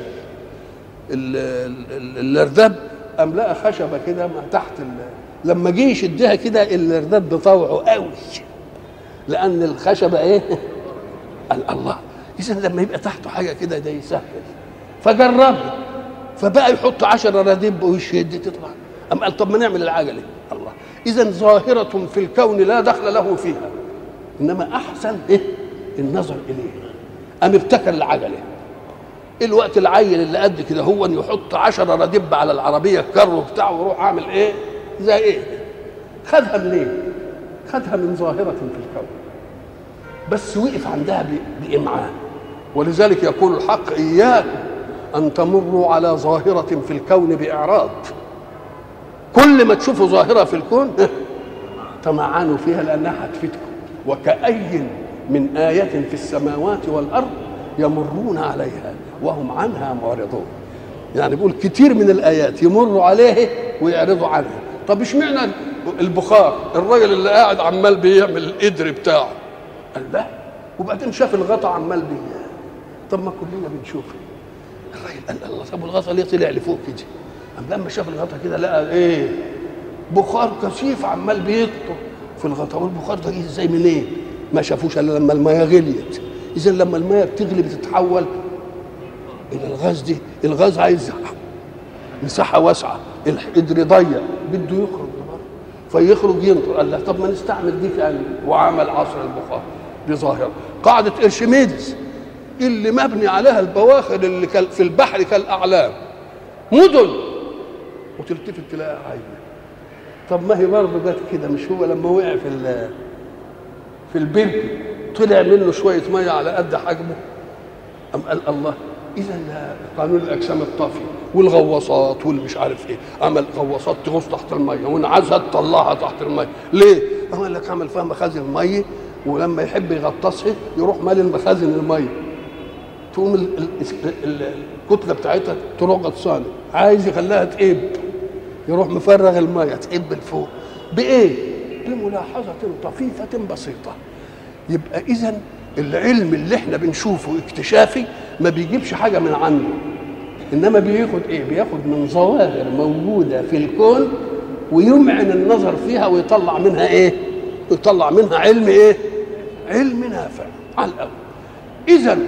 الارداب قام لقى خشبه كده تحت لما جه يشدها كده الارداب بطوعه قوي لان الخشبه ايه قال الله، اذا لما يبقى تحته حاجه كده ده يسهل. فجربها فبقى يحط عشرة رديب ويشد تطلع. أم قال طب ما نعمل العجله. الله، اذا ظاهره في الكون لا دخل له فيها، انما احسن ايه النظر اليه. قام ابتكر العجله. الوقت العيل اللي قد كده هو يحط عشرة رديب على العربيه الكرو بتاعه ويروح عامل ايه زي ايه. خدها منين؟ خدها من ظاهره في الكون، بس وقف عندها بإمعان. ولذلك يقول الحق إياكم أن تمروا على ظاهرة في الكون بإعراض. كل ما تشوفوا ظاهرة في الكون تمعنوا فيها لأنها هتفيدكم. وكأي من آية في السماوات والأرض يمرون عليها وهم عنها معرضون. يعني بيقول كتير من الآيات يمروا عليه ويعرضوا عنها. طب اشمعنى البخار؟ الراجل اللي قاعد عمال بيعمل القدر بتاعه قال لا، وبعدين شاف الغطا عمال بيه. طب ما كلنا بنشوف الراجل قال الله، طب الغطا ليه طلع لفوق كده؟ قام لما شاف الغطا كده لقى ايه بخار كثيف عمال بيطفو في الغطا. والبخار ده جه ازاي منين؟ إيه؟ ما شافوش الا لما الميه غليت. اذا لما الميه بتغلي بتتحول الى الغاز. دي الغاز عايز مساحه واسعه، القدر ضيق بده يخرج فيخرج ينطر. قال لا طب ما نستعمل دي في وعمل عصر البخار. دي ظاهره. قاعده ارشميدس اللي مبني عليها البواخر اللي في البحر كالاعلام مدن وتلتفت تلاقيها عايمه. طب ما هي برضه جت كده. مش هو لما وقع في في البرك طلع منه شويه ميه على قد حجمه؟ أم قال الله، اذا قانون الاجسام الطافيه والغواصات والمش عارف ايه، عمل غواصات تغوص تحت الميه وانعزها تطلعها تحت الميه. ليه؟ قال لك عمل فيها مخازن الميه، ولما يحب يغطسها يروح مال المخازن الميه تقوم الكتله بتاعتها تروح غطسانه. عايز يخليها تقب يروح مفرغ الميه تقب لفوق. بايه؟ بملاحظه طفيفه بسيطه. يبقى اذا العلم اللي احنا بنشوفه اكتشافي ما بيجيبش حاجه من عنده، انما بياخد ايه؟ بياخد من ظواهر موجوده في الكون ويمعن النظر فيها ويطلع منها ايه؟ يطلع منها علم ايه؟ علم نافع على الاول. اذا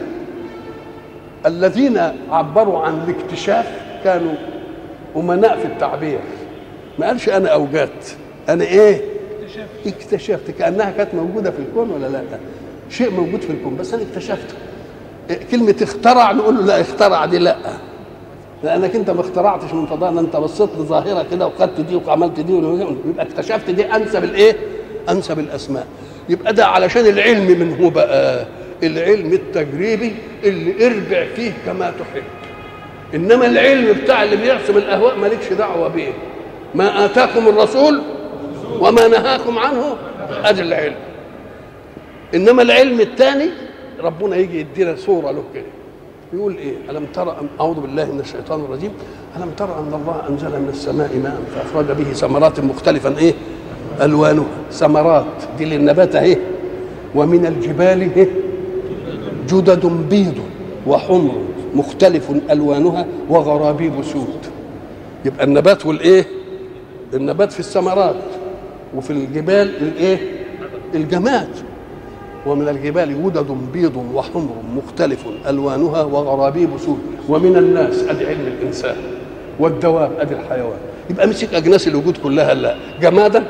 الذين عبروا عن الاكتشاف كانوا امناء في التعبير. ما قالش انا اوجدت، انا ايه؟ اكتشفت. كانها كانت موجوده في الكون ولا لا؟ شيء موجود في الكون بس انا اكتشفته. كلمه اخترع نقول له لا، اخترع دي لا، لانك انت ما اخترعتش من فضاء، انت بصيت لظاهره كده وخدت دي وعملت دي، يبقى اكتشفت دي انسب الايه؟ انسب الاسماء. يبقى ده علشان العلم من هو بقى؟ العلم التجريبي اللي اربع فيه كما تحب. انما العلم بتاع اللي بيعصم الاهواء مالكش دعوه بيه. ما اتاكم الرسول وما نهاكم عنه ادي العلم. انما العلم الثاني ربنا يجي يدينا صوره له كده يقول ايه؟ الم ترى اعوذ بالله من الشيطان الرجيم، الم ترى ان الله انزل من السماء ماء فاخرج به ثمرات مختلفا ايه؟ الوانها. ثمرات دي للنبات اهي. ومن الجبال ايه؟ جدد بيض وحمر مختلف الوانها وغرابيب سود. يبقى النبات والايه؟ النبات في الثمرات، وفي الجبال الايه؟ الجماد. ومن الجبال جدد بيض وحمر مختلف الوانها وغرابيب سود. ومن الناس ادي علم الانسان، والدواب ادي الحيوان. يبقى مسك اجناس الوجود كلها لا جمادا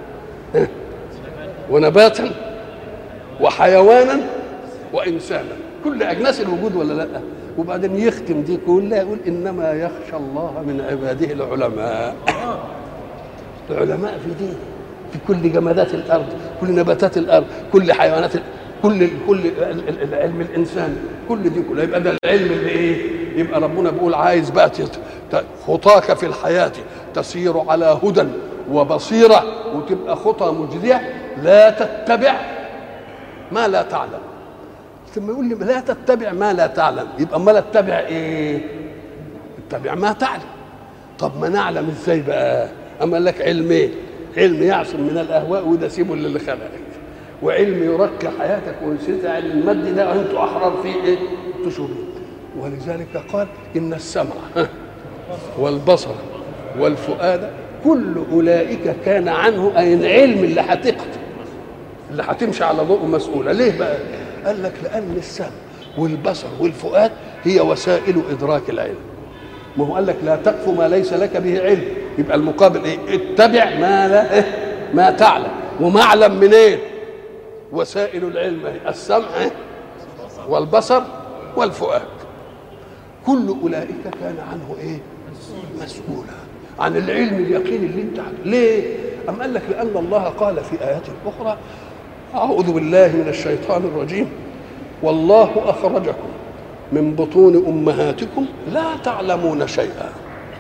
ونباتا وحيوانا وانسانا. كل اجناس الوجود ولا لا؟ وبعدين يختم دي كلها يقول انما يخشى الله من عباده العلماء. العلماء في دي، في كل جمادات الارض، كل نباتات الارض، كل حيوانات الارض، كل كل علم الانسان، كل دي كلها. يبقى ده العلم اللي ايه؟ يبقى ربنا بيقول عايز بقى خطاك في الحياه تسير على هدى وبصيره، وتبقى خطى مجديه، لا تتبع ما لا تعلم. ثم يقول لي لا تتبع ما لا تعلم، يبقى امال اتبع ايه؟ اتبع ما تعلم. طب ما نعلم ازاي بقى؟ اما قال لك علمين: علم يعصم من الاهواء وده سيبه للي خلقك، وعلم يركب حياتك ويسيرها علم المادي ده انتوا احرار فيه ايه؟ تشوفوا. ولذلك قال ان السمع والبصر والفؤاد كل اولئك كان عنه، اي العلم اللي هتقضي اللي هتمشي على ضوء مسؤوله. ليه بقى؟ قال لك لان السمع والبصر والفؤاد هي وسائل ادراك العلم. ما هو قال لك لا تقف ما ليس لك به علم، يبقى المقابل ايه؟ اتبع ما لا إيه؟ ما تعلم. ومعلم منين؟ إيه؟ وسائل العلم هي السمع والبصر والفؤاد. كل اولئك كان عنه ايه؟ مسؤولا، عن العلم اليقين اللي انت عارف. ليه؟ أم قال لك لأن الله قال في آيات أخرى: أعوذ بالله من الشيطان الرجيم، والله أخرجكم من بطون أمهاتكم لا تعلمون شيئا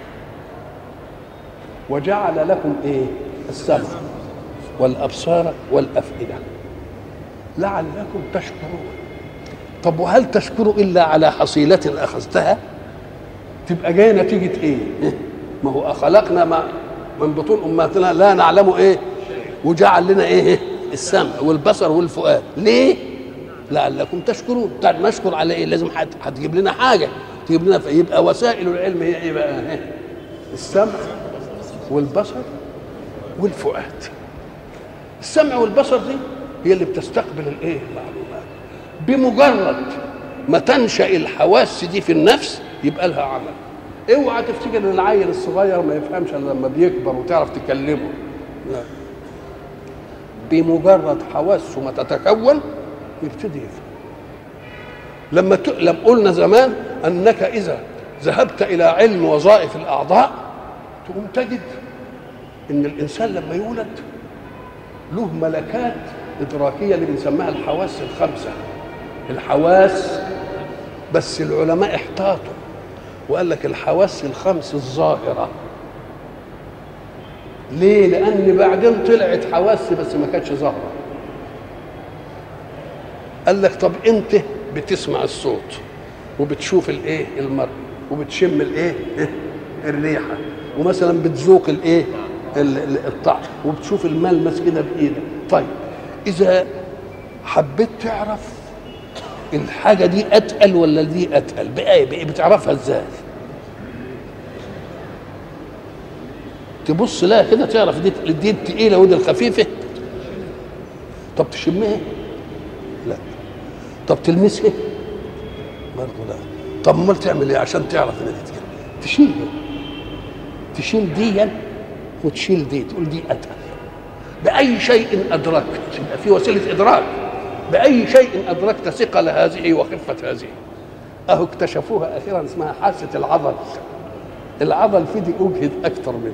وجعل لكم إيه؟ السمع والأبصار والأفئدة لعلكم تشكرون. طب وهل تشكروا إلا على حصيلة أخذتها؟ تبقى جاية نتيجة إيه؟ ما هو خلقنا ما من بطون امهاتنا لا نعلم ايه، وجعل لنا ايه؟ السمع والبصر والفؤاد. ليه؟ لعلكم تشكرون. طيب نشكر على ايه؟ لازم هتجيب لنا حاجه تجيب لنا. يبقى وسائل العلم هي ايه بقى؟ السمع والبصر والفؤاد. السمع والبصر دي هي اللي بتستقبل الايه؟ المعلومات. بمجرد ما تنشا الحواس دي في النفس يبقى لها عمل. اوعى تفتكر ان العيل الصغير ما يفهمش الا لما بيكبر وتعرف تكلمه. لا، بمجرد حواسه ما تتكون يبتدي يفهم. لما ت... لما قلنا زمان انك اذا ذهبت الى علم وظائف الاعضاء تقوم تجد ان الانسان لما يولد له ملكات ادراكيه اللي بنسميها الحواس الخمسه. الحواس، بس العلماء احتاطوا وقال لك الحواس الخمس الظاهره. ليه؟ لان بعدين طلعت حواس بس ما كانتش ظاهره. قال لك طب انت بتسمع الصوت وبتشوف الايه؟ المرء، وبتشم الايه؟ الريحه، ومثلا بتذوق الايه؟ الطعم، وبتشوف الملمس كده بايدك. طيب اذا حبيت تعرف الحاجه دي اتقل ولا دي اتقل، بقى بتعرفها ازاي؟ تبص لها كده تعرف دي دي الثقيله ودي الخفيفه. طب تشمها؟ لا. طب تلمسها؟ برضه لا. طب امال تعمل ايه عشان تعرف ان دي تقيله؟ تشيلها، تشيل دي وتشيل دي، تقول دي اتقل. باي شيء ادركت، يبقى في وسيله ادراك. باي شيء ادركت ثقل هذه وخفه هذه. اهو اكتشفوها اخيرا اسمها حاسه العضل. العضل في دي اجهد اكتر مني.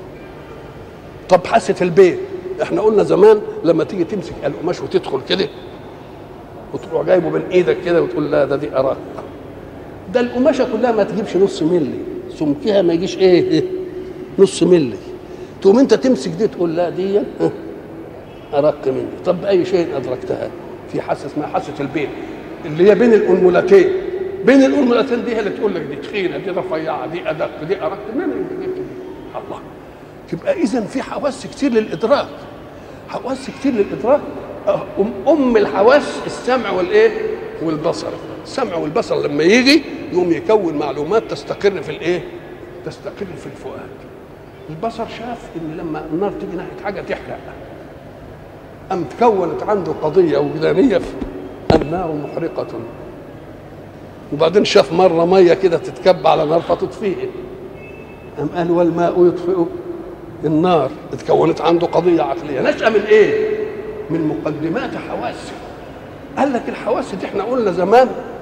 طب حاسه البين، احنا قلنا زمان لما تيجي تمسك القماش وتدخل كده وتروح جايبه بين ايدك كده وتقول لا ده دي ارق. ده القماشه كلها ما تجيبش نص ملي، سمكها ما يجيش ايه نص ملي. تقوم انت تمسك دي تقول لا دي ارق مني. طب باي شيء ادركتها؟ في حاسه اسمها حاسه البين اللي هي بين الانملتين. بين الانملتين دي هي اللي تقول لك دي تخينه دي رفيعه دي ادق دي ارق. منين انت جبت دي؟ الله. تبقى اذا في حواس كتير للادراك، حواس كتير للادراك. ام ام الحواس السمع والايه؟ والبصر. السمع والبصر لما يجي يقوم يكون معلومات تستقر في الايه؟ تستقر في الفؤاد. البصر شاف ان لما النار تيجي ناحيه حاجه تحرق، أم تكونت عنده قضية وجدانية النار محرقة. وبعدين شاف مرة مية كده تتكب على نار فتطفئه. أم قال والماء يطفئ النار. اتكونت عنده قضية عقلية. نشأ من إيه؟ من مقدمات حواسه. قال لك الحواس دي احنا قلنا زمان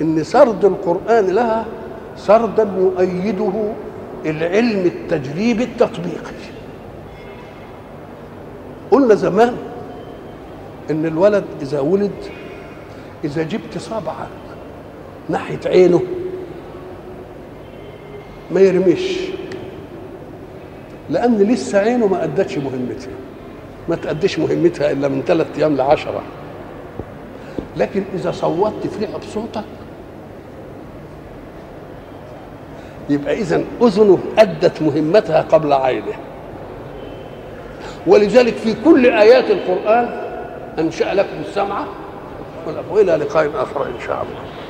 ان سرد القرآن لها سردا يؤيده العلم التجريبي التطبيقي. قلنا زمان ان الولد اذا ولد اذا جبت صبعك ناحيه عينه ما يرميش، لان لسه عينه ما ادتش مهمتها، ما تأديش مهمتها الا من ثلاث ايام لعشرة. لكن اذا صوتت فيها بصوتك يبقى اذا اذنه ادت مهمتها قبل عينه. ولذلك في كل ايات القرآن انشأ لكم السمع والابصار. والى لقاء اخر ان شاء الله.